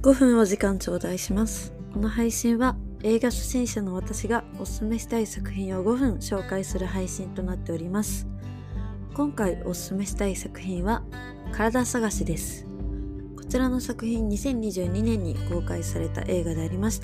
5分お時間頂戴します。この配信は映画初心者の私がおすすめしたい作品を5分紹介する配信となっております。今回おすすめしたい作品は体探しです。こちらの作品2022年に公開された映画でありまして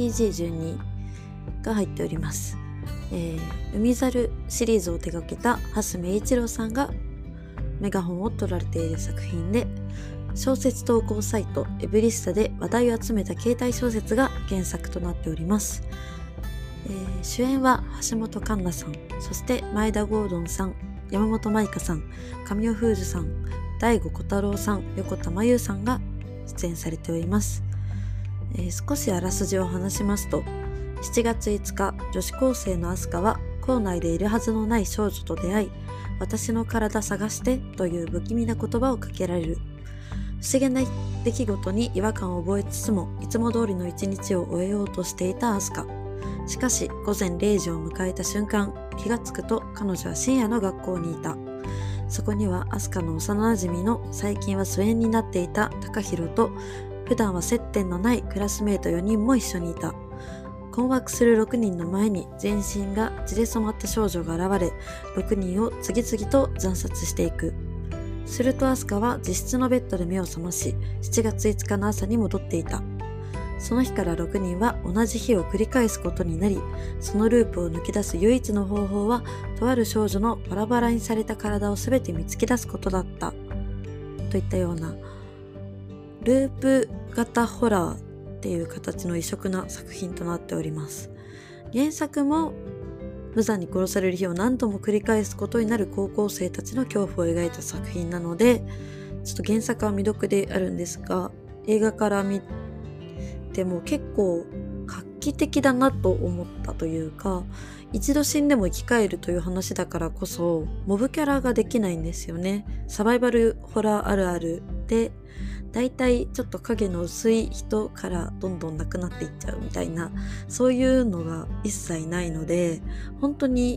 PG12 が入っております。海猿シリーズを手掛けた蓮見一郎さんがメガホンを取られている作品で、小説投稿サイトエブリスタで話題を集めた携帯小説が原作となっております。主演は橋本環奈さん、そして前田郷敦さん、山本舞香さん、神尾楓珠さん、大悟小太郎さん、横田真悠さんが出演されております。少しあらすじを話しますと、7月5日、女子高生のアスカは校内でいるはずのない少女と出会い、私の体探してという不気味な言葉をかけられる。不思議な出来事に違和感を覚えつつも、いつも通りの一日を終えようとしていたアスカ。しかし、午前0時を迎えた瞬間、気がつくと彼女は深夜の学校にいた。そこにはアスカの幼馴染の最近は疎遠になっていた高弘と、普段は接点のないクラスメート4人も一緒にいた。困惑する6人の前に全身が血で染まった少女が現れ、6人を次々と惨殺していく。するとアスカは自室のベッドで目を覚まし、7月5日の朝に戻っていた。その日から6人は同じ日を繰り返すことになり、そのループを抜け出す唯一の方法は、とある少女のバラバラにされた体をすべて見つけ出すことだった。といったような、ループ型ホラーっていう形の異色な作品となっております。原作も無残に殺される日を何度も繰り返すことになる高校生たちの恐怖を描いた作品なので、ちょっと原作は未読であるんですが、映画から見ても結構画期的だなと思ったというか、一度死んでも生き返るという話だからこそモブキャラができないんですよね。サバイバルホラーあるあるで、だいたいちょっと影の薄い人からどんどんなくなっていっちゃうみたいな、そういうのが一切ないので、本当に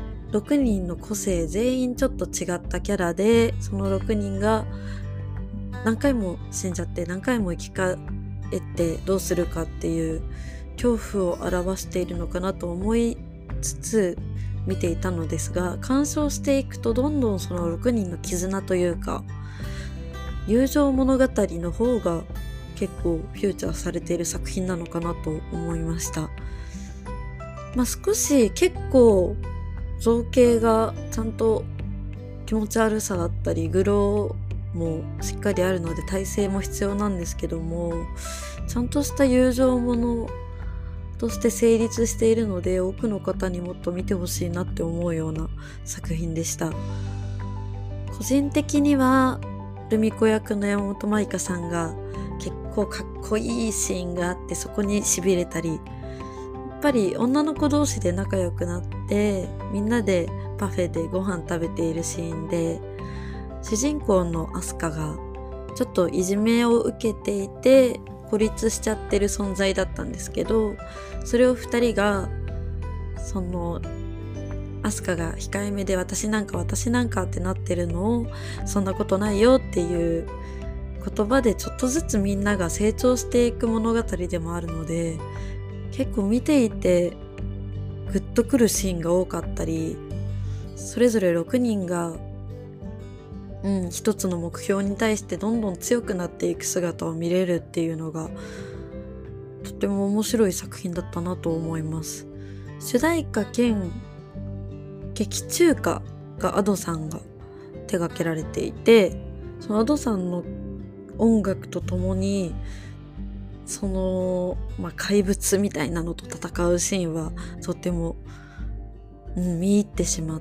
6人の個性全員ちょっと違ったキャラで、その6人が何回も死んじゃって何回も生き返ってどうするかっていう恐怖を表しているのかなと思いつつ見ていたのですが、鑑賞していくとどんどんその6人の絆というか友情物語の方が結構フューチャーされている作品なのかなと思いました。少し結構造形がちゃんと気持ち悪さだったりグローもしっかりあるので体勢も必要なんですけども、ちゃんとした友情ものとして成立しているので、多くの方にもっと見てほしいなって思うような作品でした。個人的にはルミ子役の山本舞香さんが結構かっこいいシーンがあって、そこに痺れたり、やっぱり女の子同士で仲良くなってみんなでパフェでご飯食べているシーンで、主人公のアスカがちょっといじめを受けていて孤立しちゃってる存在だったんですけど、それを2人がそのアスカが控えめで私なんかってなってるのを、そんなことないよっていう言葉でちょっとずつみんなが成長していく物語でもあるので、結構見ていてグッとくるシーンが多かったり、それぞれ6人が一つの目標に対してどんどん強くなっていく姿を見れるっていうのがとても面白い作品だったなと思います。主題歌兼劇中歌が Ado さんが手掛けられていて、その Ado さんの音楽とともにその、怪物みたいなのと戦うシーンはとても、見入ってしまって、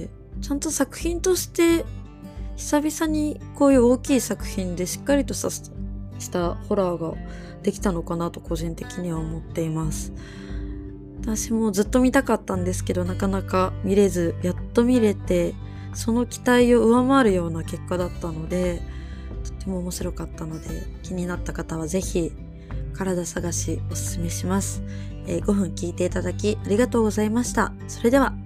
ちゃんと作品として久々にこういう大きい作品でしっかりとしたホラーができたのかなと個人的には思っています。私もずっと見たかったんですけど、なかなか見れず、やっと見れて、その期待を上回るような結果だったので、とても面白かったので、気になった方はぜひ体探しおすすめします。5分聞いていただきありがとうございました。それでは。